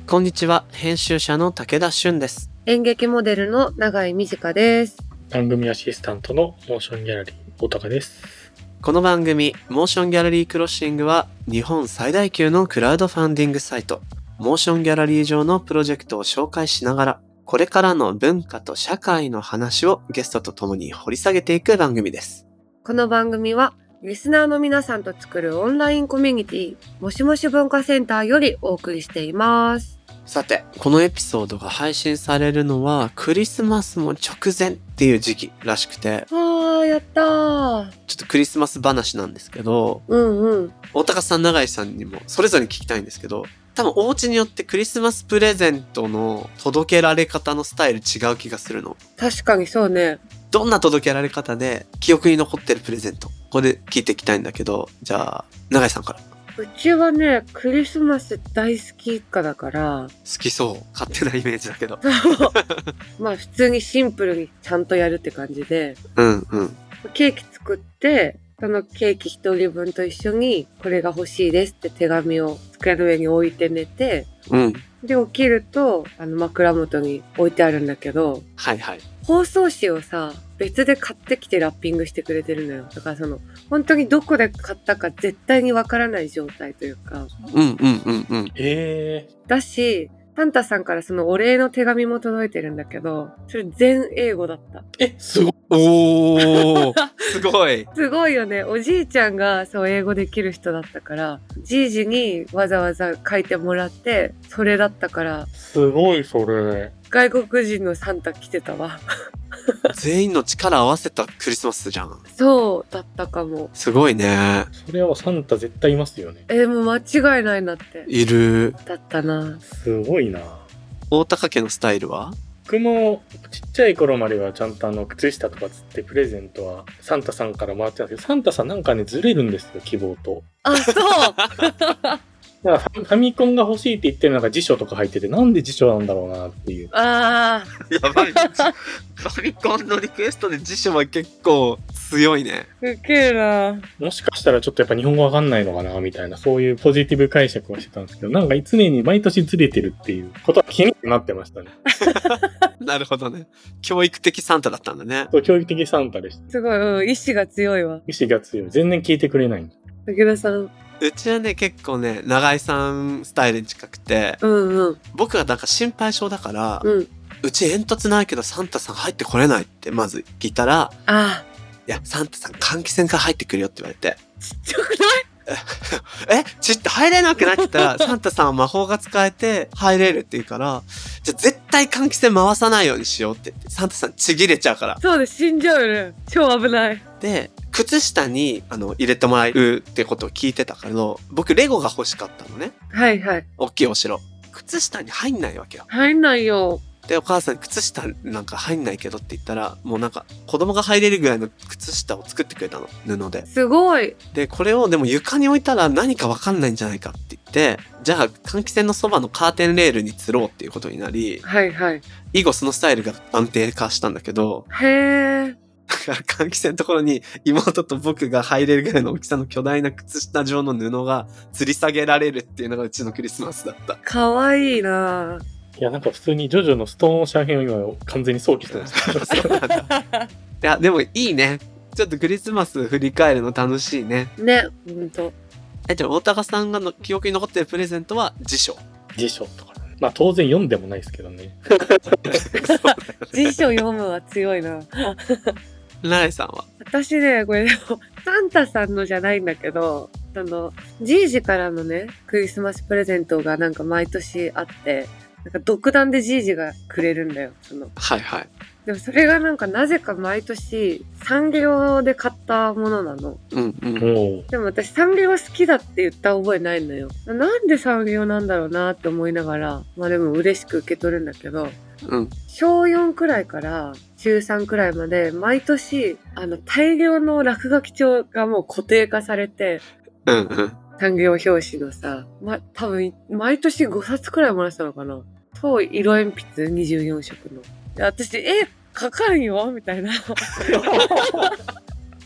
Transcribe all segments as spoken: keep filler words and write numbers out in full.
こんにちは、編集者の武田俊です。 演劇モデルの永井美智香です。 番組アシスタントのモーションギャラリー大高です。 この番組モーションギャラリークロッシングは日本最大級のクラウドファンディングサイトモーションギャラリー上のプロジェクトを紹介しながら、これからの文化と社会の話をゲストと共に掘り下げていく番組です。 この番組はリスナーの皆さんと作るオンラインコミュニティもしもし文化センターよりお送りしています。 さて、このエピソードが配信されるのはクリスマスも直前っていう時期らしくて、 あーやったー。 ちょっとクリスマス話なんですけど、 うんうん大高さん永井さんにもそれぞれ聞きたいんですけど、多分お家によってクリスマスプレゼントの届けられ方のスタイル違う気がするの。 確かにそうね。 どんな届けられ方で記憶に残ってるプレゼント、ここで聞いていきたいんだけど、じゃあ永井さんから。 うちはねクリスマス大好き一家だから好きそう、勝手なイメージだけどまあ普通にシンプルにちゃんとやるって感じで、 うんうんケーキ作ってそのケーキ一人分と一緒にこれが欲しいですって手紙を机の上に置いて寝て、 うんで起きるとあの枕元に置いてあるんだけど、 はいはい、 包装紙をさ別で買ってきてラッピングしてくれてるのよ。だからその本当にどこで買ったか絶対にわからない状態というか、 うんうんうんうん。 えー、だしサンタさんからそのお礼の手紙も届いてるんだけど、それ全英語だった。 え、すごい。 おーすごいすごいよね。おじいちゃんがそう英語できる人だったから、じいじにわざわざ書いてもらってそれだったから、 すごいそれ。 外国人のサンタ来てたわ全員の力合わせたクリスマスじゃん。 そうだったかも。 すごいね。 それはサンタ絶対いますよね。 えー、もう間違いないなって。 いる。 だったな。 すごいな。 大高家のスタイルは？ 僕もちっちゃい頃まではちゃんとあの靴下とかつってプレゼントはサンタさんからもらってたんですけど、サンタさんなんかねずれるんですよ、希望と。 あ、そうだからファミコンが欲しいって言ってるのが辞書とか入ってて、なんで辞書なんだろうなっていう。 あーやばいファミコンのリクエストで辞書は結構強いね。 ウケるな。 もしかしたらちょっとやっぱ日本語わかんないのかなみたいな、そういうポジティブ解釈はしてたんですけど、なんか常に毎年ずれてるっていうことは気になってましたね。 なるほどね。教育的サンタだったんだね。 そう、教育的サンタでした。 すごい、うん、意志が強いわ。 意志が強い。全然聞いてくれない。 武田さん。 うちはね結構ね永井さんスタイルに近くて、 うんうん、 僕がなんか心配性だから、 うん、 うち煙突ないけどサンタさん入ってこれないってまず聞いたら、 あいやサンタさん換気扇から入ってくるよって言われて、 ちっちゃくえちって入れなくなってたらサンタさんは魔法が使えて入れるって言うから、じゃあ絶対換気扇回さないようにしようって言って、サンタさんちぎれちゃうから。 そうで死んじゃうよね。超危ない。 で靴下にあの入れてもらえるってことを聞いてたけど、僕レゴが欲しかったのね。 はいはい。 大きいお城。靴下に入んないわけよ。 入んないよ。 でお母さんに靴下なんか入んないけどって言ったら、もうなんか子供が入れるぐらいの靴下を作ってくれたの、布で。 すごい。 でこれをでも床に置いたら何か分かんないんじゃないかって言って、じゃあ換気扇のそばのカーテンレールに吊ろうっていうことになり、 はいはい。 以後そのスタイルが安定化したんだけど、 へー。 だから換気扇のところに妹と僕が入れるぐらいの大きさの巨大な靴下状の布が吊り下げられるっていうのがうちのクリスマスだった。 かわいいな。 いやなんか普通にジョジョのストーンシャー編を今完全に想起してました。 いやでもいいね。ちょっとクリスマス振り返るの楽しいね。 ね、ほんと。 え、じゃあ大高さんがの記憶に残ってるプレゼントは辞書。 辞書とか、ね。まあ当然読んでもないですけどね。 辞書読むは強いな。 永井さんは？ 私ね、これでもサンタさんのじゃないんだけど、そのじいじからのねクリスマスプレゼントがなんか毎年あって、なんか独断でじいじがくれるんだよ。そのはいはい。 でもそれがなんかなぜか毎年サンリオで買ったものなの。 うんうん。 おでも私サンリオ好きだって言った覚えないのよ。なんでサンリオなんだろうなって思いながら、まあでも嬉しく受け取るんだけど、 うん。 しょうよんくらいからちゅうさんくらいまで毎年あの大量の落書き帳がもう固定化されて、 うんうん。 産業表紙のさ、ま、多分毎年ごさつくらいもらってたのかな。と色鉛筆にじゅうよんしょくの。で私、え、書かんよみたいな。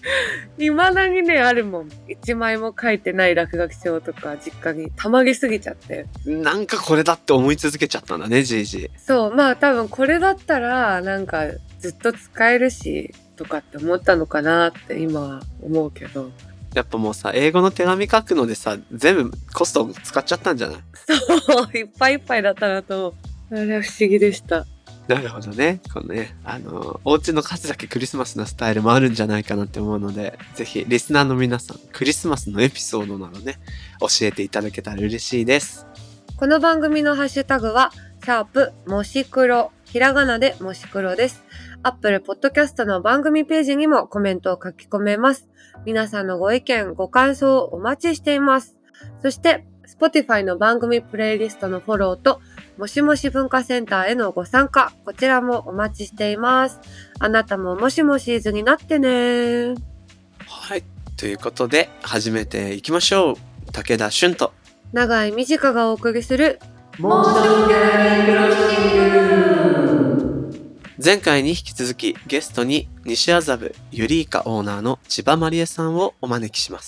未だにね、あるもん。一枚も書いてない落書き帳とか実家にたまげすぎちゃって。 なんかこれだって思い続けちゃったんだね、じいじ。 そう、まあ多分これだったら、なんかずっと使えるし、とかって思ったのかなって今は思うけど。 やっぱもうさ、英語の手紙書くのでさ、全部コスト使っちゃったんじゃない？ そう、いっぱいいっぱいだったなと。あれは不思議でした。 なるほどね。このね、あの、お家の数だけクリスマスのスタイルもあるんじゃないかなって思うので、ぜひリスナーの皆さん、クリスマスのエピソードなどね、教えていただけたら嬉しいです。 この番組のハッシュタグは、シャープもし黒、ひらがなでもし黒です。Apple Podcast の番組ページにもコメントを書き込めます。皆さんのご意見、ご感想をお待ちしています。そして、Spotify の番組プレイリストのフォローと、もしもし文化センターへのご参加、こちらもお待ちしています。あなたももしもしーずになってね。 はい。ということで、始めていきましょう。武田俊と、 長井美智香がお送りする、 モーションギャラリークロッシング。前回に引き続きゲストに西麻布ユリイカオーナーの千葉まりえさんをお招きします。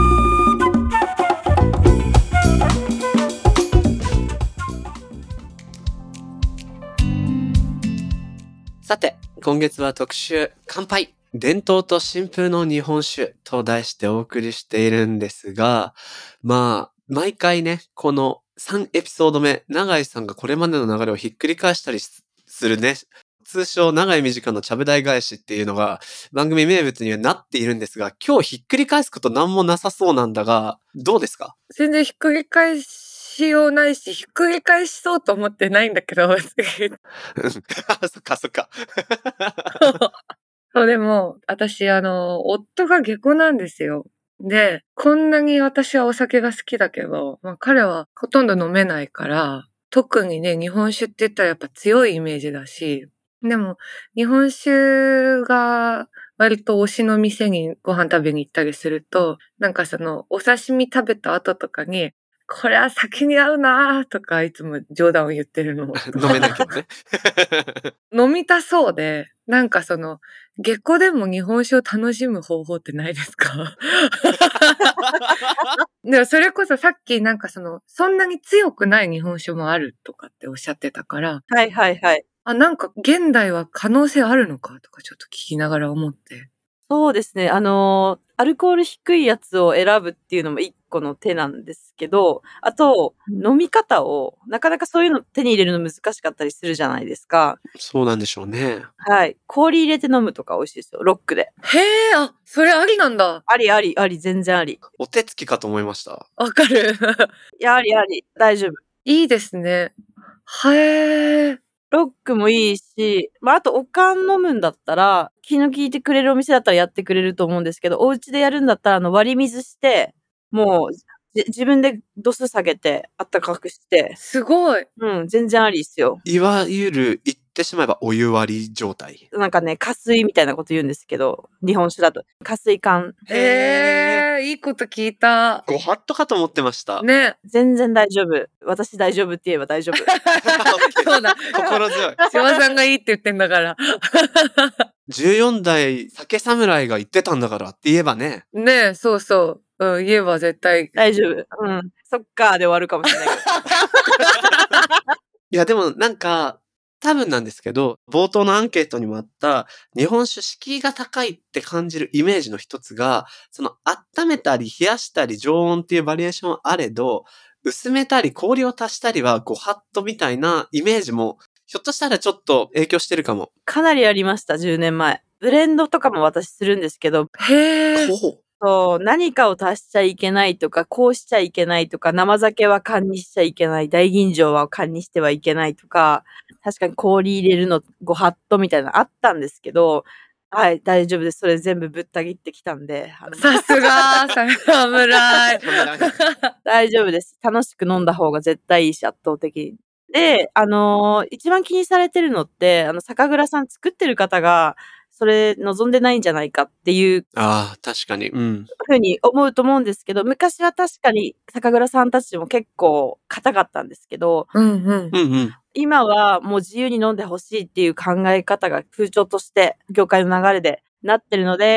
さて、今月は特集乾杯伝統と新風の日本酒と題してお送りしているんですが、まあ毎回ね、このさんエピソード目、永井さんがこれまでの流れをひっくり返したりするね、通称永井美智香のちゃぶ台返しっていうのが番組名物にはなっているんですが、今日ひっくり返すことなんもなさそうなんだが、どうですか？ 全然ひっくり返しようないし、ひっくり返しそうと思ってないんだけど、 そっかそっか。 そう、でも、私、あの、夫が下戸なんですよ。で、こんなに私はお酒が好きだけど、まあ、彼はほとんど飲めないから、特にね、日本酒って言ったらやっぱ強いイメージだし、でも、日本酒が割と推しの店にご飯食べに行ったりすると、なんかその、お刺身食べた後とかに、これは酒に合うなーとかいつも冗談を言ってるの。 飲めないけどね。 飲みたそうで、なんかその、下戸でも日本酒を楽しむ方法ってないですか？でもそれこそさっきなんかその、そんなに強くない日本酒もあるとかっておっしゃってたから、 はいはいはい。 あ、なんか現代は可能性あるのかとかちょっと聞きながら思って。 そうですね。あのー、アルコール低いやつを選ぶっていうのも一個の手なんですけど、あと、飲み方を、なかなかそういうの手に入れるの難しかったりするじゃないですか。 そうなんでしょうね。 はい。氷入れて飲むとか美味しいですよ。ロックで。 へえ、あ、それありなんだ。 ありありあり、全然あり。 お手つきかと思いました。 わかる。 いや、ありあり。大丈夫。 いいですね。へえ。 ロックもいいし、まあ、あとおかん飲むんだったら、気の利いてくれるお店だったらやってくれると思うんですけど、お家でやるんだったら、あの、割り水して、もう、じ自分で度数下げて、あったかくして、 すごい。 うん、全然ありっすよ。 いわゆる言ってしまえばお湯割り状態。 なんかね、加水みたいなこと言うんですけど、日本酒だと。加水缶。 へえ、いいこと聞いた。 ご法度かと思ってました。 ね。 全然大丈夫。私大丈夫って言えば大丈夫。 そうだ。 心強い。 千葉さんがいいって言ってんだから。 じゅうよん代酒侍が言ってたんだからって言えばね。 ねえ、そうそう。うん、言えば絶対。 大丈夫。うん。そっかーで終わるかもしれないけど。 いやでもなんか、多分なんですけど、冒頭のアンケートにもあった日本酒敷居が高いって感じるイメージの一つが、その温めたり冷やしたり常温っていうバリエーションはあれど、薄めたり氷を足したりはご法度みたいなイメージもひょっとしたらちょっと影響してるかも。 かなりありました、じゅうねんまえ。ブレンドとかも私するんですけど、 へえ。 ほう。 そう、何かを足しちゃいけないとか、こうしちゃいけないとか、生酒は缶にしちゃいけない、大吟醸は缶にしてはいけないとか、確かに氷入れるのご法度みたいなのあったんですけど、はい、大丈夫です。それ全部ぶった切ってきたんで。あのさすが、侍。 大丈夫です。楽しく飲んだ方が絶対いいし、圧倒的に。で、あのー一番気にされてるのって、あの、酒蔵さん作ってる方が、それ望んでないんじゃないかっていうああ、確かに。うん。 ふうに思うと思うんですけど、昔は確かに酒蔵さんたちも結構硬かったんですけど、 うんうん。 うんうん。 今はもう自由に飲んでほしいっていう考え方が風潮として業界の流れでなってるので、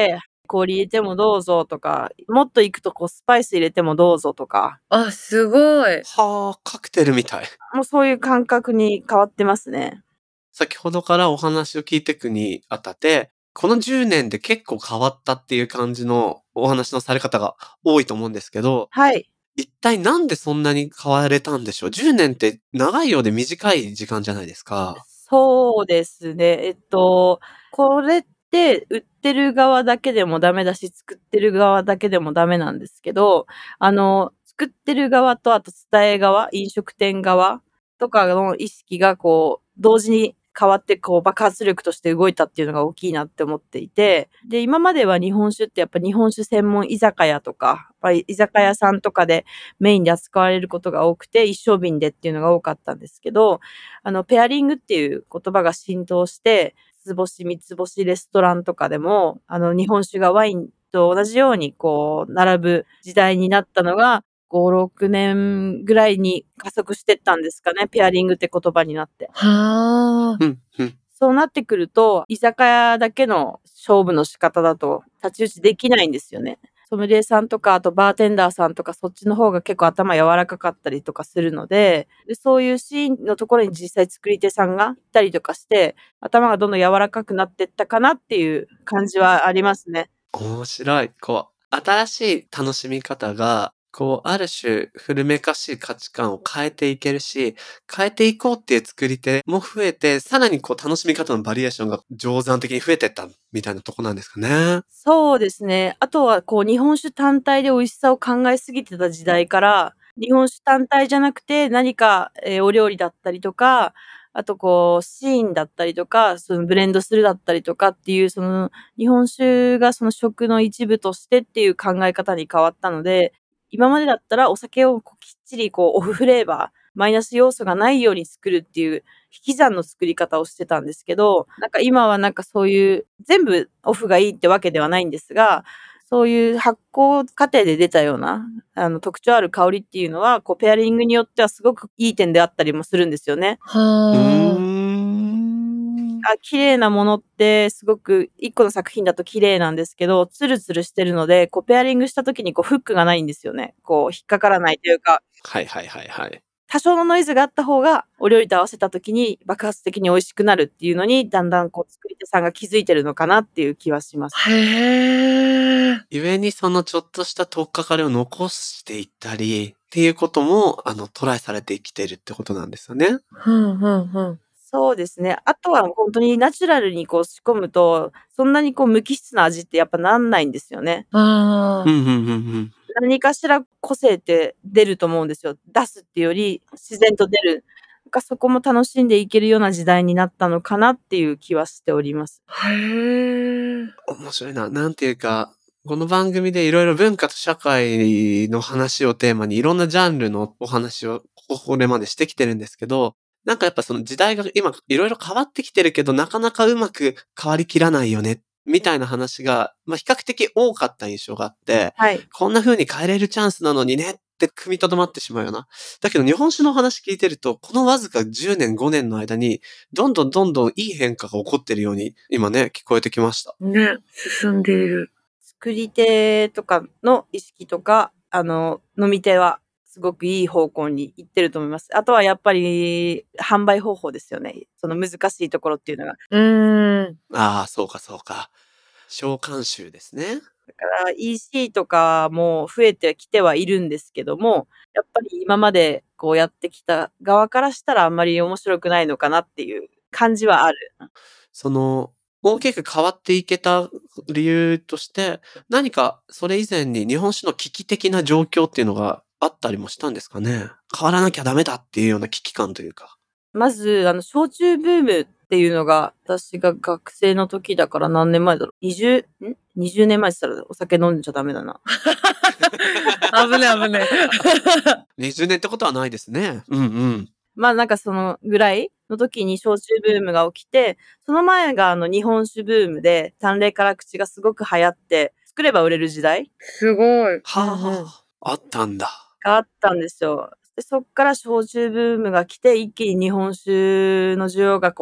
氷入れてもどうぞとか、もっといくとこうスパイス入れてもどうぞとか、 あ、すごい。 はあ、カクテルみたい。 もうそういう感覚に変わってますね。 先ほどからお話を聞いていくにあたって、このじゅうねんで結構変わったっていう感じのお話のされ方が多いと思うんですけど、 はい。 一体なんでそんなに変われたんでしょう？ じゅう 年って長いようで短い時間じゃないですか。 そうですね。えっと、これって売ってる側だけでもダメだし、作ってる側だけでもダメなんですけど、あの、作ってる側とあと伝え側、飲食店側とかの意識がこう、同時に変わってこう爆発力として動いたっていうのが大きいなって思っていて、で、今までは日本酒ってやっぱ日本酒専門居酒屋とか、やっぱり居酒屋さんとかでメインで扱われることが多くて、一升瓶でっていうのが多かったんですけど、あの、ペアリングっていう言葉が浸透して、つ星、三つ星レストランとかでも、あの、日本酒がワインと同じようにこう、並ぶ時代になったのが、ご、ろくねんぐらいに加速してったんですかね、ペアリングって言葉になって。 はあ。 うん、うん。 そうなってくると、居酒屋だけの勝負の仕方だと太刀打ちできないんですよね。ソムリエさんとか、あとバーテンダーさんとか、そっちの方が結構頭柔らかかったりとかするので、でそういうシーンのところに実際作り手さんが行ったりとかして、頭がどんどん柔らかくなってったかなっていう感じはありますね。 面白い。こう、新しい楽しみ方が、こう、ある種、古めかしい価値観を変えていけるし、変えていこうっていう作り手も増えて、さらにこう、楽しみ方のバリエーションが上山的に増えてったみたいなとこなんですかね。 そうですね。あとはこう日本酒単体で美味しさを考えすぎてた時代から、日本酒単体じゃなくて何か、えーお料理だったりとか、あとこうシーンだったりとか、そのブレンドするだったりとかっていう、その日本酒がその食の一部としてっていう考え方に変わったので、今までだったらお酒をこうきっちりこうオフフレーバー、マイナス要素がないように作るっていう引き算の作り方をしてたんですけど、なんか今はなんかそういう全部オフがいいってわけではないんですが、そういう発酵過程で出たようなあの特徴ある香りっていうのは、こうペアリングによってはすごくいい点であったりもするんですよね。 うーはあ。 ん。 あ、綺麗なものってすごくいっこの作品だと綺麗なんですけど、ツルツルしてるので、こうペアリングした時にこうフックがないんですよね。こう引っかからないというか。 はいはいはいはい。 多少のノイズがあった方が、お料理と合わせた時に爆発的に美味しくなるっていうのに、だんだんこう作り手さんが気づいてるのかなっていう気はします。 へえ。 故にそのちょっとした取っかかりを残していったり、っていうことも、あの、トライされてきてるってことなんですよね。 ふんふんふん。 そうですね。あとは本当にナチュラルにこう仕込むと、そんなにこう無機質な味ってやっぱなんないんですよね。 ああ。 うん、うん、うん、うん。 何かしら個性って出ると思うんですよ。出すっていうより、自然と出る。なんかそこも楽しんでいけるような時代になったのかなっていう気はしております。 へえ。 面白いな。なんていうか、この番組でいろいろ文化と社会の話をテーマにいろんなジャンルのお話をこれまでしてきてるんですけど、なんかやっぱその時代が今いろいろ変わってきてるけど、なかなかうまく変わりきらないよね、みたいな話が、まあ比較的多かった印象があって、 はい。 こんな風に変えれるチャンスなのにねって踏みとどまってしまうような。だけど日本酒の話聞いてると、このわずかじゅうねん、ごねんの間に、どんどんどんどんいい変化が起こってるように、今ね、聞こえてきました。 ね、進んでいる。 作り手とかの意識とか、あの、飲み手はすごくいい方向に行ってると思います。あとはやっぱり販売方法ですよね。その難しいところっていうのが。 うーん。 ああ、そうかそうか。召喚集ですね。 だから イーシー とかも増えてきてはいるんですけども、やっぱり今までこうやってきた側からしたらあんまり面白くないのかなっていう感じはある。 その、大きく変わっていけた理由として、何かそれ以前に日本酒の危機的な状況っていうのがあったりもしたんですかね？変わらなきゃダメだっていうような危機感というか。 まず、あの、焼酎ブームっていうのが、私が学生の時だから何年前だろう。にじゅう、ん ?にじゅう 年前って言ったらお酒飲んじゃダメだな。 危ね危ね。 にじゅうねんってことはないですね。うんうん。 まあなんかそのぐらいの時に焼酎ブームが起きて、その前があの日本酒ブームで、淡麗辛口がすごく流行って、作れば売れる時代すごい。 はうんうん。 あ、あったんだ。 があったんですよ。で、そっから焼酎ブームが来て、一気に日本酒の需要がこう減っ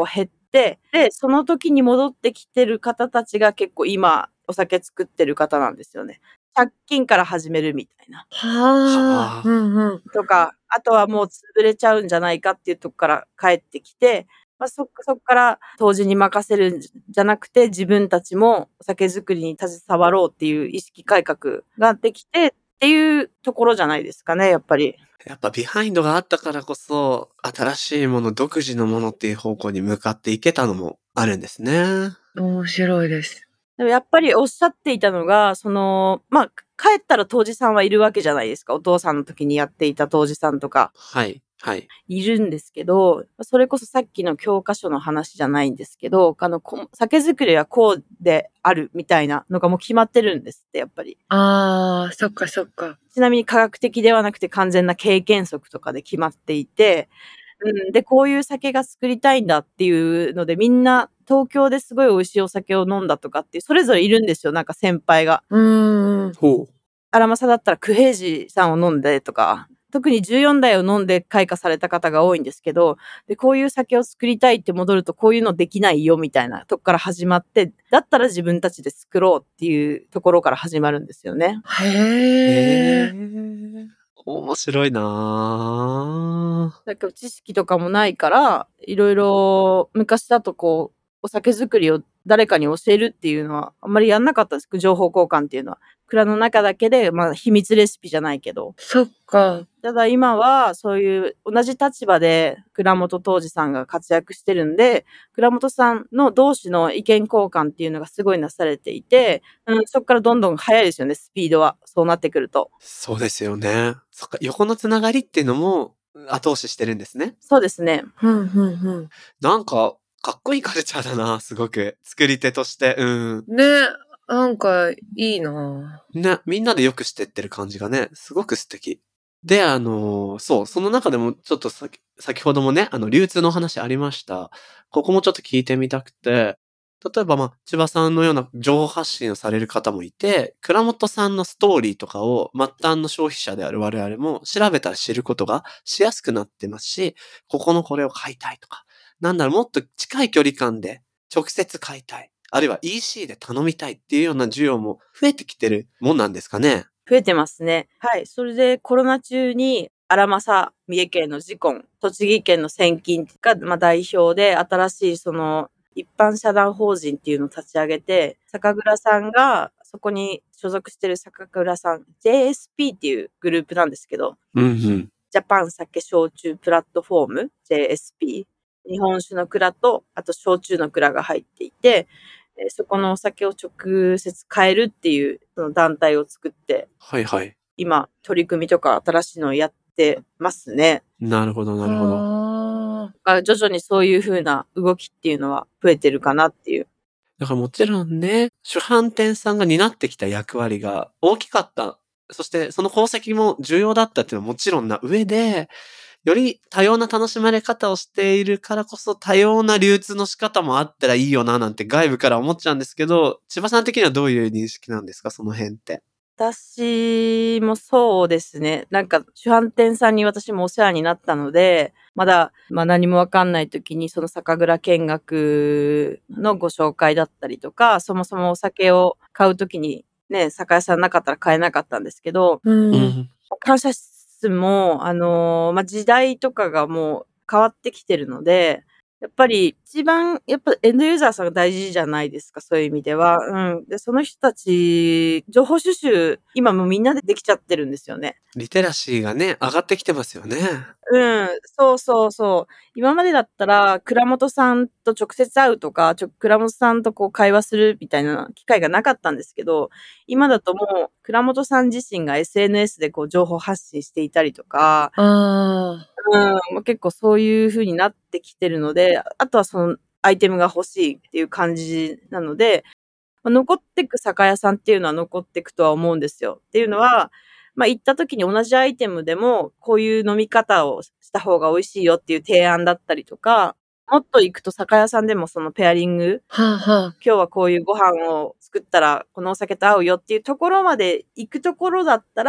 て、で、その時に戻ってきてる方たちが結構今、お酒作ってる方なんですよね。借金から始めるみたいな。 はあ。 はあうんうん。 とか、あとはもう潰れちゃうんじゃないかっていうとこから帰ってきて、まあ、そっそっから杜氏に任せるんじゃなくて、自分たちもお酒作りに携わろうっていう意識改革ができてっていうところじゃないですかね、やっぱり。 やっぱビハインドがあったからこそ、新しいもの、独自のものっていう方向に向かっていけたのもあるんですね。 面白いです。 でもやっぱりおっしゃっていたのが、その、まあ、帰ったら杜氏さんはいるわけじゃないですか。お父さんの時にやっていた杜氏さんとかはい、はい。 いるんですけど、それこそさっきの教科書の話じゃないんですけど、あの、こ酒造りはこうであるみたいなのがもう決まってるんですって、やっぱり。 ああ、そっかそっか。 ちなみに科学的ではなくて完全な経験則とかで決まっていて、うん、で、こういう酒が作りたいんだっていうので、みんな東京ですごい美味しいお酒を飲んだとかっていう、それぞれいるんですよ、なんか先輩が。 うーん。 ほう。 荒政だったら九平治さんを飲んでとか、特にじゅうよん代を飲んで開花された方が多いんですけど、で、こういう酒を作りたいって戻るとこういうのできないよみたいなとこから始まって、だったら自分たちで作ろうっていうところから始まるんですよね。 へへえ。 え。面白いなぁ。 だから知識とかもないから、いろいろ昔だとこう、お酒作りを誰かに教えるっていうのはあんまりやんなかったです。情報交換っていうのは。蔵の中だけで、まあ秘密レシピじゃないけど。 そっか。 ただ今はそういう同じ立場で蔵元杜氏さんが活躍してるんで、蔵元さんの同士の意見交換っていうのがすごいなされていて、うん、そこからどんどん早いですよね、スピードは。そうなってくると。 そうですよね。そっか、横のつながりっていうのも後押ししてるんですね。 そうですね。 ふんふんふん。 なんか、かっこいいカルチャーだな、すごく。作り手として。うん。 ね、なんかいいなね、みんなでよくしてってる感じがね、すごく素敵。で、あの、そう、その中でもちょっとさき先ほどもね、あの、流通の話ありました。ここもちょっと聞いてみたくて、例えば、まあ、千葉さんのような情報発信をされる方もいて、倉本さんのストーリーとかを末端の消費者である我々も調べたら知ることがしやすくなってますし、ここのこれを買いたいとか、なんだろう、もっと近い距離感で直接買いたい。あるいは イーシー で頼みたいっていうような需要も増えてきてるもんなんですかね。 増えてますね。はい。それでコロナ中に荒政、三重県のジコン、栃木県の千金が、まあ、代表で新しいその一般社団法人っていうのを立ち上げて、酒蔵さんがそこに所属してる酒蔵さん、ジェイエスピー っていうグループなんですけど、 うんうん。 ジャパン酒焼酎プラットフォーム ジェイエスピー、日本酒の蔵とあと焼酎の蔵が入っていて、えそこのお酒を直接買えるっていうその団体を作ってはいはい。 今取り組みとか新しいのをやってますね。 なるほどなるほど。 ああ徐々にそういう風な動きっていうのは増えてるかなっていう。 だからもちろんね、主販店さんが担ってきた役割が大きかった。そしてその功績も重要だったっていうのはもちろんな上で、より多様な楽しまれ方をしているからこそ多様な流通の仕方もあったらいいよななんて外部から思っちゃうんですけど、千葉さん的にはどういう認識なんですか、その辺って。 私もそうですね。なんか主販店さんに私もお世話になったので、まだ、まあ、何もわかんない時にその酒蔵見学のご紹介だったりとか、そもそもお酒を買う時にね、酒屋さんなかったら買えなかったんですけど、 ー。うん。 うん。 感謝室も、あのーまあ、時代とかがもう変わってきてるので、やっぱり一番、やっぱエンドユーザーさんが大事じゃないですか、そういう意味では。うん。で、その人たち、情報収集、今もうみんなでできちゃってるんですよね。 リテラシーがね、上がってきてますよね。 うん、そうそうそう。今までだったら、倉本さんと直接会うとか、ちょ倉本さんとこう会話するみたいな機会がなかったんですけど、今だともう倉本さん自身が エスエヌエス でこう情報発信していたりとか、 あうん、ま、結構そういう風になってきてるので、あとはそのアイテムが欲しいっていう感じなので、ま、残ってく酒屋さんっていうのは残ってくとは思うんですよ。っていうのは、ま、行った時に同じアイテムでも、こういう飲み方をした方が美味しいよっていう提案だったりとか、もっと行くと酒屋さんでもそのペアリング、 あ。はあはあ。 今日はこういうご飯を作ったら、このお酒と合うよっていうところまで行くところだったら、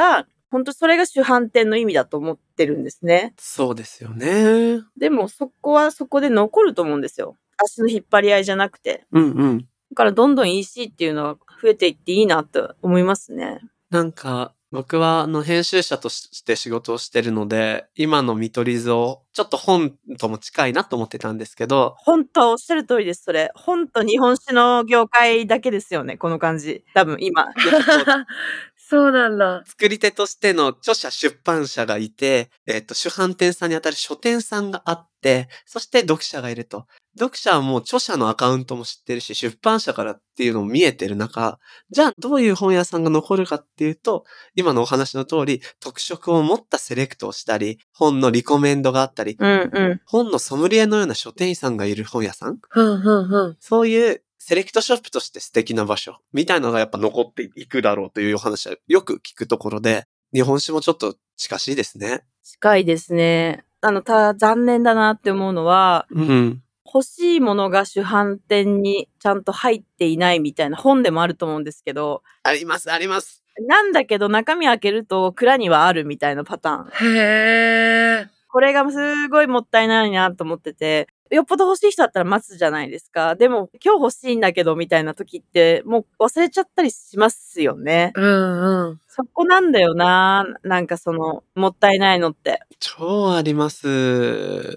本当それが主販店の意味だと思ってるんですね。 そうですよね。 でもそこはそこで残ると思うんですよ。足の引っ張り合いじゃなくて。 うんうん。 だからどんどん イーシー っていうのは増えていっていいなと思いますね。 なんか、僕はあの編集者として仕事をしてるので、今の見取り図をちょっと本とも近いなと思ってたんですけど、 本当おっしゃる通りです、それ。本と日本酒の業界だけですよね、この感じ。多分今。 そうなんだ。 作り手としての著者出版社がいて、えっと、主販店さんにあたる書店さんがあって、そして読者がいると。読者はもう著者のアカウントも知ってるし、出版社からっていうのも見えてる中、じゃあどういう本屋さんが残るかっていうと、今のお話の通り、特色を持ったセレクトをしたり、本のリコメンドがあったり、 うんうん。 本のソムリエのような書店員さんがいる本屋さん、 ふんふんふん。 そういうセレクトショップとして素敵な場所みたいなのがやっぱ残っていくだろうというお話はよく聞くところで、日本酒もちょっと近しいですね。 近いですね。あの、ただ残念だなって思うのは、 うん。 欲しいものが主販店にちゃんと入っていないみたいな本でもあると思うんですけど、 あります、あります。 なんだけど中身開けると蔵にはあるみたいなパターン。 へー。 これがすごいもったいないなと思ってて、よっぽど欲しい人だったら待つじゃないですか。でも今日欲しいんだけどみたいな時ってもう忘れちゃったりしますよね。 うんうん。 そこなんだよな。なんかそのもったいないのって。 超あります。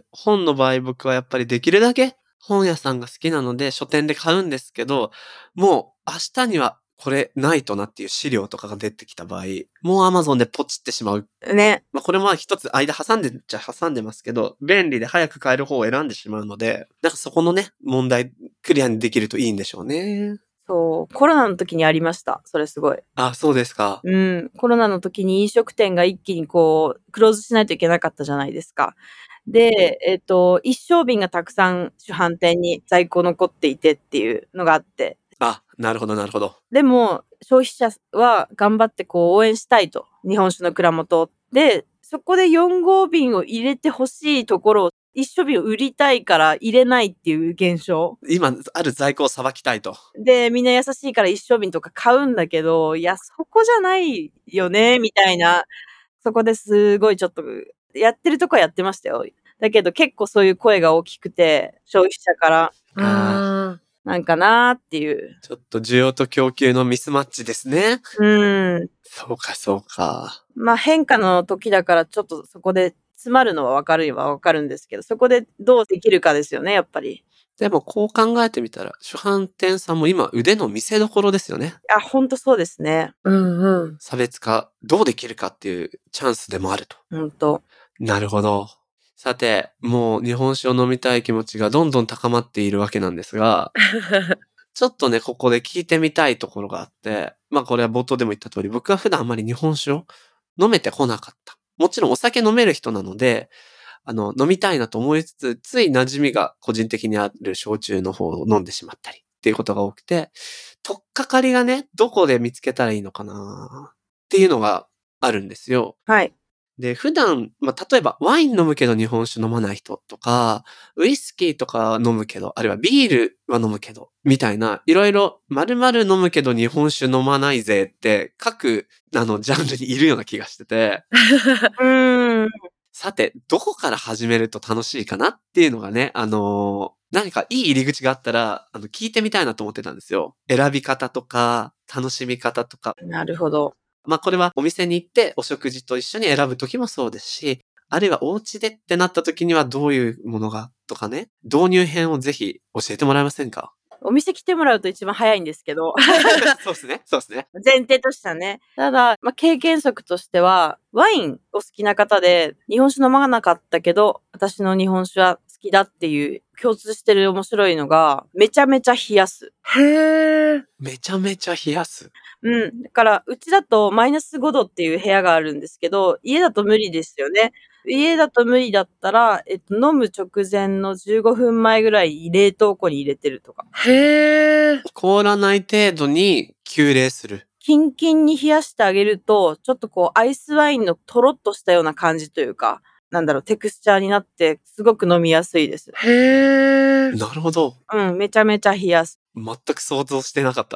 本の場合僕はやっぱりできるだけ本屋さんが好きなので書店で買うんですけど、もう明日にはこれないとなっていう資料とかが出てきた場合、もう Amazon でポチってしまう。 ね。 まあ、これも一つ間挟んでっちゃ挟んでますけど、便利で早く買える方を選んでしまうので、なんかそこのね、問題クリアにできるといいんでしょうね。 そう。コロナの時にありました。それすごい。 あ、そうですか。 うん。コロナの時に飲食店が一気にこう、クローズしないといけなかったじゃないですか。で、えっと、一升瓶がたくさん主販店に在庫残っていてっていうのがあって。 あ、なるほど、なるほど。 でも、消費者は頑張ってこう応援したいと。日本酒の蔵元。で、そこでよん号瓶を入れてほしいところを、一升瓶を売りたいから入れないっていう現象。 今、ある在庫をさばきたいと。 で、みんな優しいから一升瓶とか買うんだけど、いや、そこじゃないよね、みたいな。そこですごいちょっと、やってるとこはやってましたよ。だけど結構そういう声が大きくて、消費者から、 あなんかなーっていう。 ちょっと需要と供給のミスマッチですね。 うーん。 そうか、そうか。 まあ変化の時だからちょっとそこで詰まるのはわかるはわかるんですけど、そこでどうできるかですよね、やっぱり。 でもこう考えてみたら、主販店さんも今腕の見せ所ですよね。 あ、ほんとそうですね。 ー。うんうん。 差別化、どうできるかっていうチャンスでもあると。 ほんと。 なるほど。さて、もう日本酒を飲みたい気持ちがどんどん高まっているわけなんですが、ちょっとね、ここで聞いてみたいところがあって、まあこれは冒頭でも言った通り、僕は普段あんまり日本酒を飲めてこなかった。もちろんお酒飲める人なので、あの、飲みたいなと思いつつ、つい馴染みが個人的にある焼酎の方を飲んでしまったりっていうことが多くて、とっかかりがね、どこで見つけたらいいのかなっていうのがあるんですよ。 はい。 で、普段、まあ、例えばワイン飲むけど日本酒飲まない人とか、ウイスキーとか飲むけど、あるいはビールは飲むけど、みたいな、いろいろ丸々飲むけど日本酒飲まないぜって各、あの、ジャンルにいるような気がしてて、 うーん。 さて、どこから始めると楽しいかなっていうのがね、あのー何かいい入り口があったら、あの、聞いてみたいなと思ってたんですよ。選び方とか、楽しみ方とか。 なるほど。 まあ、これはお店に行ってお食事と一緒に選ぶときもそうですし、あるいはお家でってなったときにはどういうものがとかね、導入編をぜひ教えてもらえませんか？ お店来てもらうと一番早いんですけど。 そうですね。そうですね。 前提としてはね。ただ、まあ、経験則としては、ワインお好きな方で、日本酒飲まなかったけど、私の日本酒は好きだっていう共通してる面白いのが、めちゃめちゃ冷やす。 へー。 めちゃめちゃ冷やす。 うん。だから、うちだとマイナスごどっていう部屋があるんですけど、家だと無理ですよね。家だと無理だったら、えっと、飲む直前のじゅうごふんまえぐらい冷凍庫に入れてるとか。 へー。 凍らない程度に急冷する。 キンキンに冷やしてあげると、ちょっとこう、アイスワインのとろっとしたような感じというか、なんだろう、テクスチャーになって、すごく飲みやすいです。 へー。 なるほど。 うん、めちゃめちゃ冷やす。 全く想像してなかったです。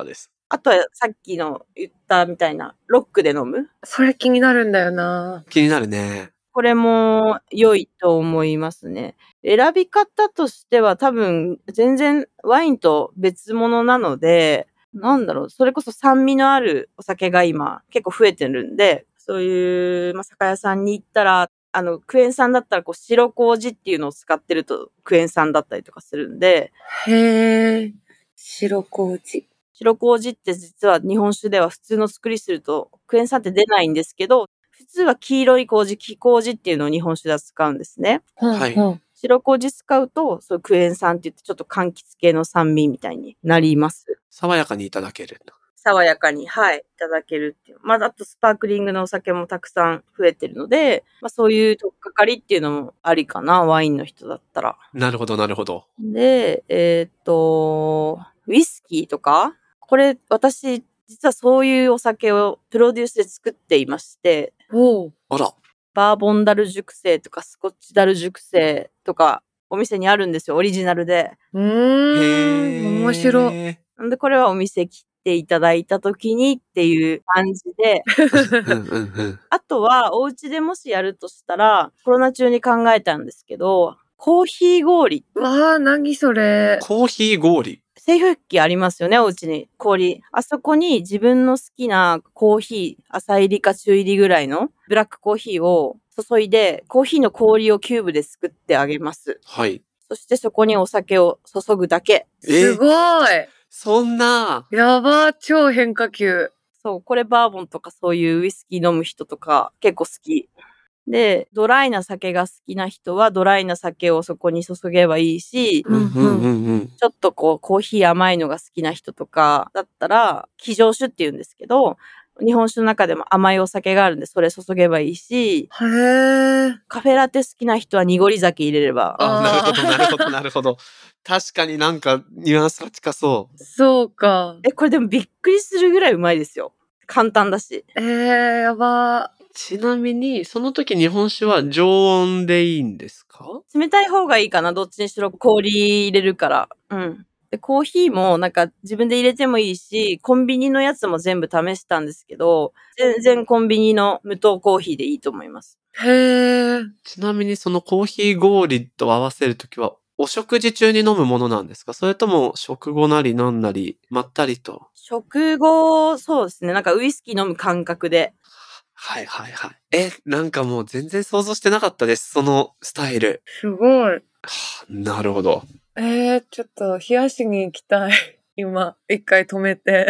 あとはさっきの言ったみたいな、ロックで飲む。 それ気になるんだよな。 気になるね。 これも良いと思いますね。選び方としては多分全然ワインと別物なので、なんだろう、それこそ酸味のあるお酒が今結構増えてるんで、そういう、まあ、酒屋さんに行ったら、あの、クエン酸だったらこう白麹っていうのを使ってるとクエン酸だったりとかするんで、 へー。白麹。 白麹って実は日本酒では普通の作りするとクエン酸って出ないんですけど、普通は黄色い麹、黄麹っていうのを日本酒では使うんですね。 はいほん白麹使うと、そうクエン酸って言ってちょっと柑橘系の酸味みたいになります。 爽やかにいただける。 爽やかに、はい、いただけるっていう。まあ、あとスパークリングのお酒もたくさん増えてるので、まあそういう取っかかりっていうのもありかな、ワインの人だったら。 なるほど、なるほど。 で、えっと、ウイスキーとかこれ、私、実はそういうお酒をプロデュースで作っていまして、 おう。 あら。 バーボンダル熟成とかスコッチダル熟成とかお店にあるんですよ、オリジナルで。 うーん。面白。 へなんでこれはお店来ていただいた時にっていう感じで、 ー。うんうんうん。 あとはお家でもしやるとしたら、コロナ中に考えたんですけど、コーヒー氷。 わー、何それ。 コーヒー氷。 製氷機ありますよね、お家に。氷。あそこに自分の好きなコーヒー、浅入りか中入りぐらいのブラックコーヒーを注いで、コーヒーの氷をキューブで作ってあげます。 はい。 そしてそこにお酒を注ぐだけ。 すごい。 そんな。 やばー、超変化球。 そう、これバーボンとかそういうウイスキー飲む人とか結構好き。で、ドライな酒が好きな人はドライな酒をそこに注げばいいし、 うんうんうんうん。 ちょっとこうコーヒー甘いのが好きな人とかだったら、気上酒って言うんですけど、日本酒の中でも甘いお酒があるんでそれ注げばいいし、 へー。 カフェラテ好きな人は濁り酒入れれば。 あ、 あーなるほど、なるほど、なるほど。確かになんかニュアンスが近そそうか。 え、これでもびっくりするぐらいうまいですよ。簡単だし。 えー、やばう。ちなみに、その時日本酒は常温でいいんですか？ 冷たい方がいいかな、どっちにしろ氷入れるから。うん。で、コーヒーもなんか自分で入れてもいいし、コンビニのやつも全部試したんですけど、全然コンビニの無糖コーヒーでいいと思います。 ー。へー。 ちなみにそのコーヒー氷と合わせるときは、お食事中に飲むものなんですか？それとも食後なりなんなり、まったりと。 食後、そうですね。なんかウイスキー飲む感覚で。 はいはいはい。え、なんかもう全然想像してなかったです。そのスタイル。 すごい。 はあ、なるほど。 えー、ちょっと冷やしに行きたい。今、一回止めて。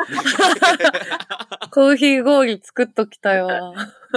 コーヒー氷作っときたいわ。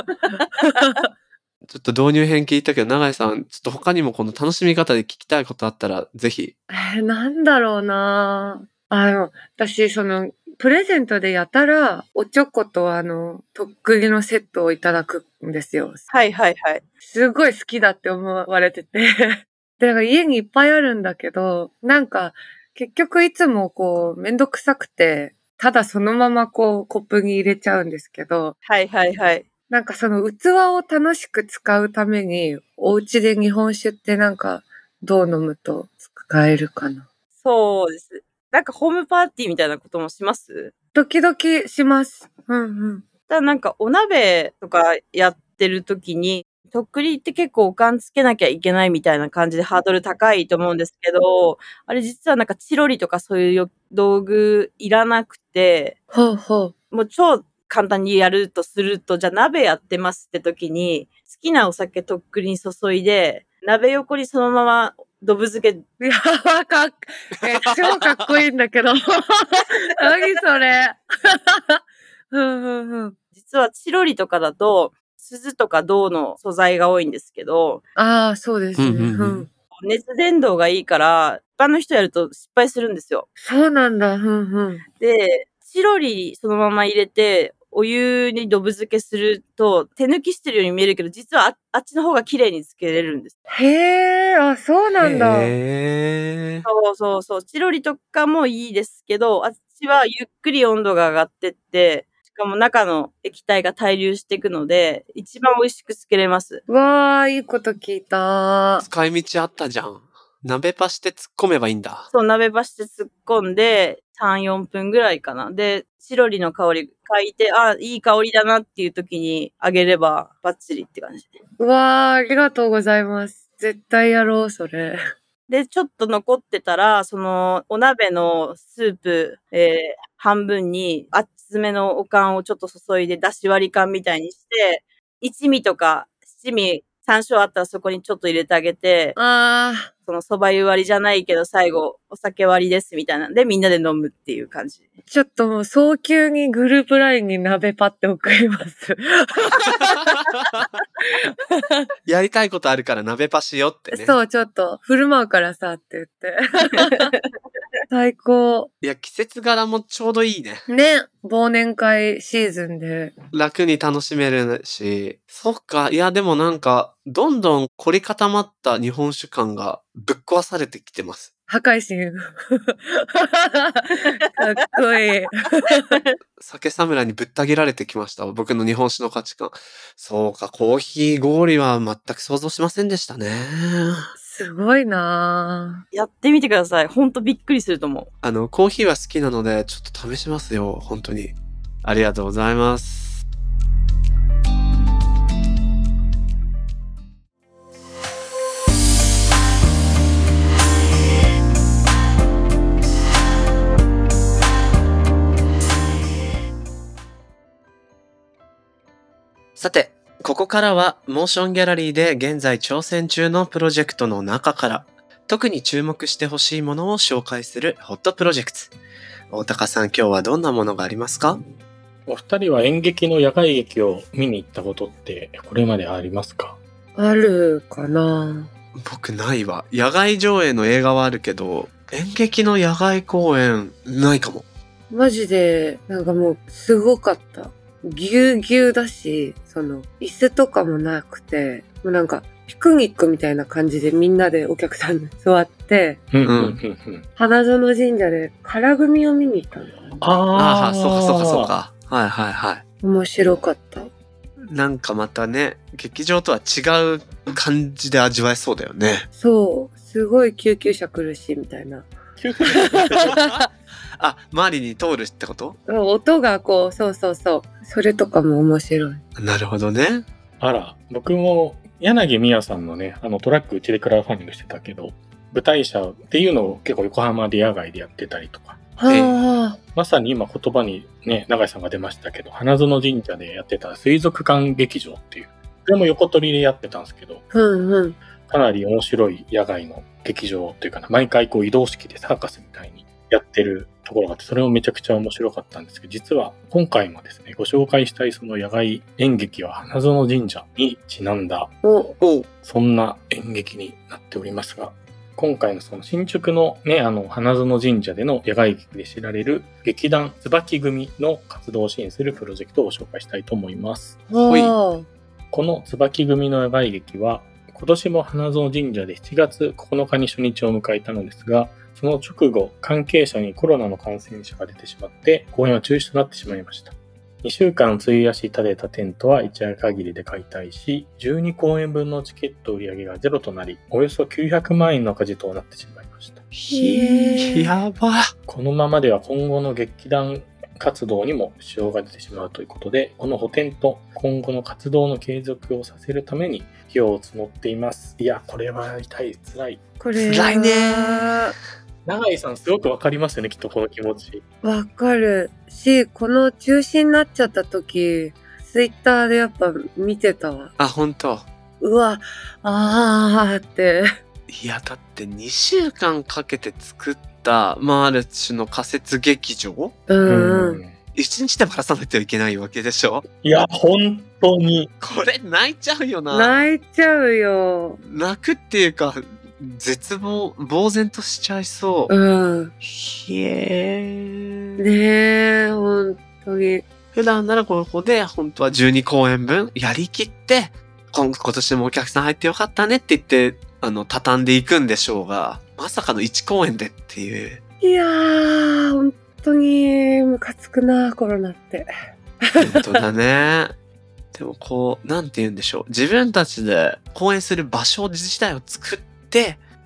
ちょっと導入編聞いたけど、永井さん、ちょっと他にもこの楽しみ方で聞きたいことあったら、ぜひ。 えー、なんだろうなあの、私、その、プレゼントでやたら、おチョコとあの、とっくりのセットをいただくんですよ。 はいはいはい。 すごい好きだって思われてて。で、なんか家にいっぱいあるんだけど、なんか、結局いつもこう、めんどくさくて、ただそのままこう、コップに入れちゃうんですけど、 はいはいはい。 なんかその器を楽しく使うために、お家で日本酒ってなんか、どう飲むと使えるかな。 そうです。なんかホームパーティーみたいなこともします？ 時々します。うんうん。 ただなんかお鍋とかやってる時に、とっくりって結構おかんつけなきゃいけないみたいな感じでハードル高いと思うんですけど、あれ実はなんかチロリとかそういうよ道具いらなくて、 ほうほう。 もう超簡単にやるとすると、じゃあ鍋やってますって時に、好きなお酒とっくりに注いで、鍋横にそのままどぶ漬け、 いやばかっ、え、超かっこいいんだけど。何それ。うんうんうん。 実はチロリとかだと、鈴とか銅の素材が多いんですけど、 ああ、そうですね。 うんうんうんうん。 熱伝導がいいから、一般の人やると失敗するんですよ。 そうなんだ。うんうん。 で、チロリそのまま入れて、お湯にどぶ漬けすると、手抜きしてるように見えるけど、実はああっちの方が綺麗につけれるんです。 へえ、あ、そうなんだ。 へー。 そうそうそう。チロリとかもいいですけど、あっちはゆっくり温度が上がってって、しかも中の液体が対流していくので、一番美味しくつけれます。 わー、いいこと聞いた。 使い道あったじゃん。鍋パして突っ込めばいいんだ。 そう、鍋箸で突っ込んで、 さん、よんぷんぐらいかな。で、チロリの香り嗅いて、あ、いい香りだなっていう時にあげればバッチリって感じ。 うわー、ありがとうございます。絶対やろう、それ。 で、ちょっと残ってたら、その、お鍋のスープ、えー、半分に厚めのお燗をちょっと注いで、だし割り燗みたいにして、一味とか七味、山椒あったらそこにちょっと入れてあげて、 あその蕎麦湯割りじゃないけど、最後、お酒割りですみたいなんで、みんなで飲むっていう感じ。 ー、ちょっともう早急にグループラインに鍋パって送ります。 やりたいことあるから鍋パしよってね。 そう、ちょっと振る舞うからさって言って。最高。 いや、季節柄もちょうどいいね。 ね、忘年会シーズンで。 楽に楽しめるし。そっか。いや、でもなんか、どんどん凝り固まった日本酒感がぶっ壊されてきてます。 破壊神。かっこいい。 酒侍にぶった切られてきました。僕の日本酒の価値観。そうか、コーヒー氷は全く想像しませんでしたね。 すごいなやってみてください。ほんとびっくりすると思う。 あの、コーヒーは好きなので、ちょっと試しますよ。本当に。ありがとうございます。さて、ここからはモーションギャラリーで現在挑戦中のプロジェクトの中から特に注目してほしいものを紹介するホットプロジェクト。大高さん、今日はどんなものがありますか？ お二人は演劇の野外劇を見に行ったことってこれまでありますか？ あるかな。 僕ないわ。野外上映の映画はあるけど、演劇の野外公演ないかも。 マジで、なんかもうすごかった。ぎゅうぎゅうだし、その、椅子とかもなくて、もうなんか、ピクニックみたいな感じでみんなでお客さんに座って、 うんうんうんうん。 花園神社で唐組を見に行ったの。 ああ、そうかそうかそうか。はいはいはい。 面白かった。 なんかまたね、劇場とは違う感じで味わえそうだよね。 そう、すごい救急車来るし、みたいな。 あ、周りに通るってこと？ 音がこう、そうそうそう。それとかも面白い。 なるほどね。 あら、僕も柳美也さんのね、あのトラックうちでクラウドファンディングしてたけど、舞台社っていうのを結構横浜で野外でやってたりとか、 はあ。 まさに今言葉にね、永井さんが出ましたけど、花園神社でやってた水族館劇場っていう、これも横取りでやってたんですけど、 うんうん。 かなり面白い野外の劇場というかな、毎回こう移動式でサーカスみたいにやってるところがあって、それもめちゃくちゃ面白かったんですけど、実は今回もですね、ご紹介したいその野外演劇は花園神社にちなんだ、 お、 お、 そんな演劇になっておりますが、今回のその新宿のね、あの、花園神社での野外劇で知られる劇団椿組の活動を支援するプロジェクトを紹介したいと思います。 はこの椿組の野外劇は、今年も花園神社でしちがつここのかに初日を迎えたのですが、その直後、関係者にコロナの感染者が出てしまって、公演は中止となってしまいました。にしゅうかん費やし立てたテントは一夜限りで解体し、じゅうにこうえんぶんのチケット売り上げがゼロとなり、およそきゅうひゃくまんえんの赤字となってしまいました。 ひやば。 このままでは今後の劇団活動にも支障が出てしまうということで、この補填と今後の活動の継続をさせるために費用を募っています。いや、これは痛い、辛い。 これ辛いね。 永井さんすごくわかりますよね、きっとこの気持ち。 わかるし、この中止になっちゃった時、ツイッターでやっぱ見てたわ。 あ、ほんと。 うわ、あーって。 いや、だってにしゅうかんかけて作った、まあ、ある種の仮設劇場うんうん。 いちにちでばらさないといけないわけでしょ？ いや、本当に。 これ泣いちゃうよな。 泣いちゃうよ。 泣くっていうか、絶望、呆然としちゃいそう。 うん。 ひえー。 ねえ、ほんとに。 普段ならここで本当はじゅうにこうえんぶんやりきって、今今年もお客さん入ってよかったねって言って、あの、畳んでいくんでしょうが、まさかのいちこうえんでっていう。 いやー、ほんとにムカつくな、コロナって。 本当だね。でもこう、なんて言うんでしょう。自分たちで公演する場所自体を作って、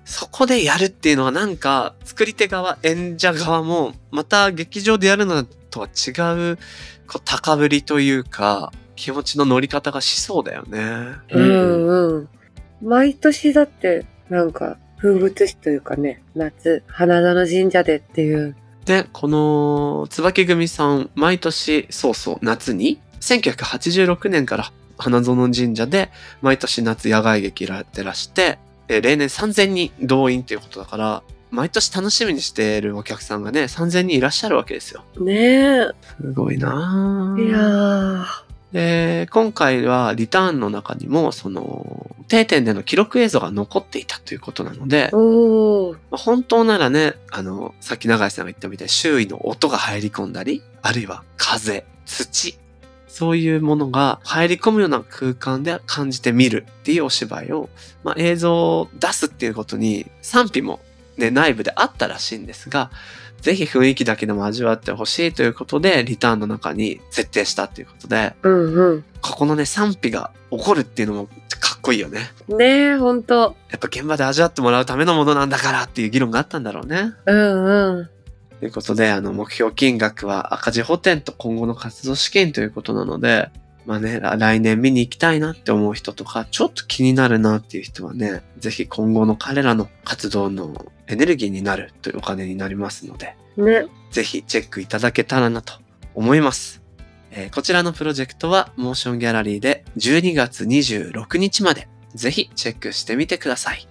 そこでやるっていうのはなんか作り手側、演者側もまた劇場でやるのとは違うこう高ぶりというか気持ちの乗り方がしそうだよね。 うんうん。毎年だってなんか風物詩というかね、夏花園神社でっていう。 で、この椿組さん毎年そうそう夏にせんきゅうひゃくはちじゅうろくねんから花園神社で毎年夏野外劇やってらして、え例年さんぜんにん動員っていうことだから毎年楽しみにしているお客さんがねさんぜんにんいらっしゃるわけですよ。 ねえ。 すごいなぁ。 いやー。 で、今回はリターンの中にもその定点での記録映像が残っていたということなので、 おー。 まあ本当ならね、あの、さっき永井さんが言ったみたいに周囲の音が入り込んだり、あるいは風、土、そういうものが入り込むような空間で感じてみるっていうお芝居を、まあ、映像を出すっていうことに賛否も、ね、内部であったらしいんですが、ぜひ雰囲気だけでも味わってほしいということで、リターンの中に設定したっていうことで、 うんうん。 ここのね、賛否が起こるっていうのもかっこいいよね。 ねえ、ほんと。 やっぱ現場で味わってもらうためのものなんだからっていう議論があったんだろうね。 うんうん。 ということで、あの、目標金額は赤字補填と今後の活動資金ということなので、まあね、来年見に行きたいなって思う人とか、ちょっと気になるなっていう人はね、ぜひ今後の彼らの活動のエネルギーになるというお金になりますので、 ね。 ぜひチェックいただけたらなと思います。えーこちらのプロジェクトはモーションギャラリーでじゅうにがつにじゅうろくにちまでぜひチェックしてみてください。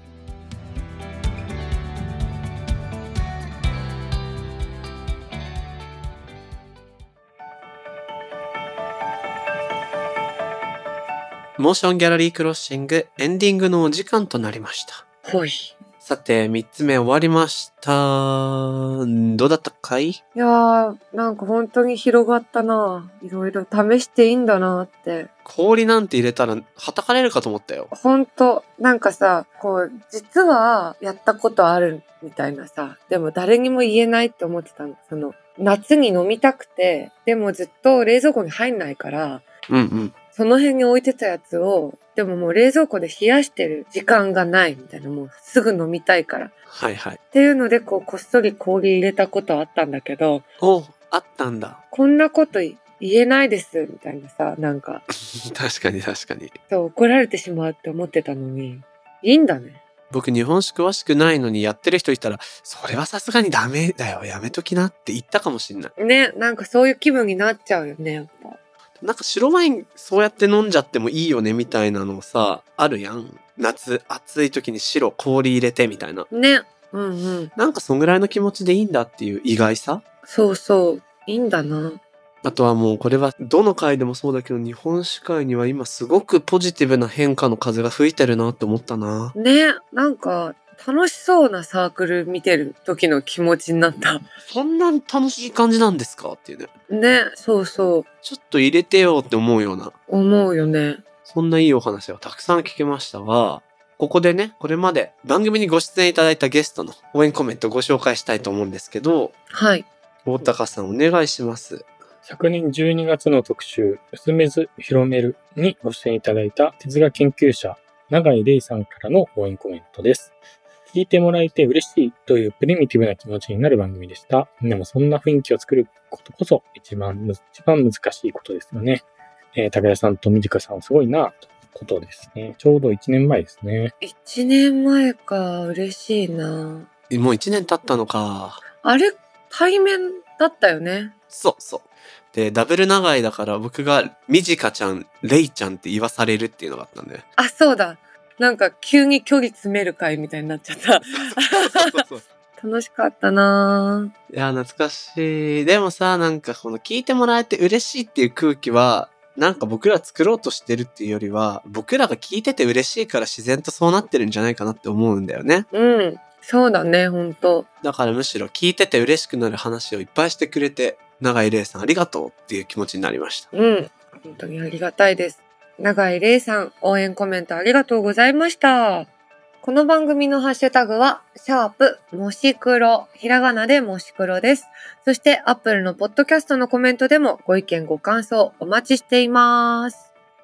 モーションギャラリークロッシングエンディングのお時間となりました。 ほい。 さて、みっつめ終わりました。どうだったかい？ いやー、なんか本当に広がったな。いろいろ試していいんだなって。 氷なんて入れたらはたかれるかと思ったよ。 ほんと、なんかさ、こう、実はやったことあるみたいなさ、でも誰にも言えないって思ってたの。その、夏に飲みたくて、でもずっと冷蔵庫に入んないから、 うんうん。 その辺に置いてたやつを、でももう冷蔵庫で冷やしてる時間がないみたいな、もうすぐ飲みたいから。 はいはい。 っていうので、こう、こっそり氷入れたことあったんだけど、 お、あったんだ。 こんなこと言えないです、みたいなさ、なんか、 確かに確かに。 そう怒られてしまうって思ってたのに、いいんだね。 僕日本酒詳しくないのにやってる人いたら、それはさすがにダメだよ、やめときなって言ったかもしんない。 ね、なんかそういう気分になっちゃうよね、やっぱ。 なんか白ワインそうやって飲んじゃってもいいよねみたいなのさ、あるやん。夏、暑い時に白氷入れてみたいな。 ね、うんうん。 なんかそんぐらいの気持ちでいいんだっていう意外さ。 そうそう、いいんだな。 あとはもうこれはどの回でもそうだけど日本酒界には今すごくポジティブな変化の風が吹いてるなって思ったな。 ね、なんか楽しそうなサークル見てる時の気持ちになった。 そんなに楽しい感じなんですかっていうね。 ね、そうそう、 ちょっと入れてよって思うような、 思うよね。 そんないいお話がたくさん聞けましたが、ここでね、これまで番組にご出演いただいたゲストの応援コメントをご紹介したいと思うんですけど、 はい。 大高さんお願いします。 昨年じゅうにがつの特集、薄めず広めるにご出演いただいた哲学研究者、永井玲さんからの応援コメントです。聞いてもらえて嬉しいというプリミティブな気持ちになる番組でした。でもそんな雰囲気を作ることこそ一番む、一番難しいことですよね。えー、高谷さんとみじかさんすごいな、ということですね。ちょうどいちねんまえですね。 一年前か、嬉しいな。 もう一年経ったのか。 あれ、対面だったよね。 そうそう。で、ダブル長いだから僕がみじかちゃん、レイちゃんって言わされるっていうのがあったんで。 あ、そうだ。なんか急に距離詰める会みたいになっちゃった。 そうそうそう楽しかったないや、懐かしい。でもさ、なんかこの聞いてもらえて嬉しいっていう空気は、なんか僕ら作ろうとしてるっていうよりは、僕らが聞いてて嬉しいから自然とそうなってるんじゃないかなって思うんだよね。 うん。そうだね、ほんと。 だからむしろ聞いてて嬉しくなる話をいっぱいしてくれて、永井玲さんありがとうっていう気持ちになりました。 うん。本当にありがたいです。永井玲さん、応援コメントありがとうございました。この番組のハッシュタグは、シャープ、もし黒、ひらがなでもし黒です。そして、アップルのポッドキャストのコメントでもご意見ご感想お待ちしています。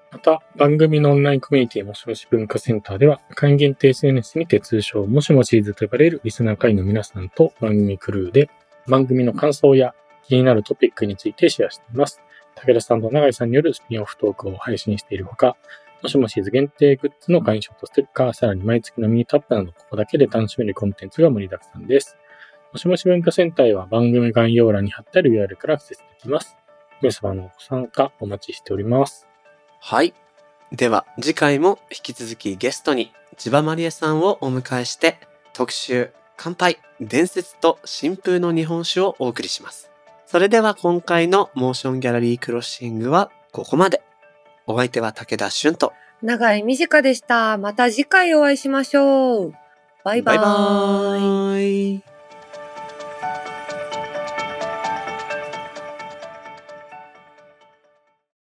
また、番組のオンラインコミュニティもしもし文化センターでは、会員限定 エスエヌエス にて通称もしもしーずと呼ばれるリスナー会員の皆さんと番組クルーで、番組の感想や気になるトピックについてシェアしています。武田さんと永井さんによるスピンオフトークを配信しているほか、もしもしーず限定グッズの会員証とステッカー、さらに毎月のミートアップなど、ここだけで楽しめるコンテンツが盛りだくさんです。もしもし文化センターへは番組概要欄に貼ってある ユーアールエル からアクセスできます。皆様のご参加お待ちしております。 はい。では次回も引き続きゲストに千葉まりえさんをお迎えして特集乾杯伝説と新風の日本酒をお送りします。それでは今回のモーションギャラリークロッシングはここまで。お相手は武田俊と長井美智香でした。また次回お会いしましょう。バイバーイ。 バイバーイ。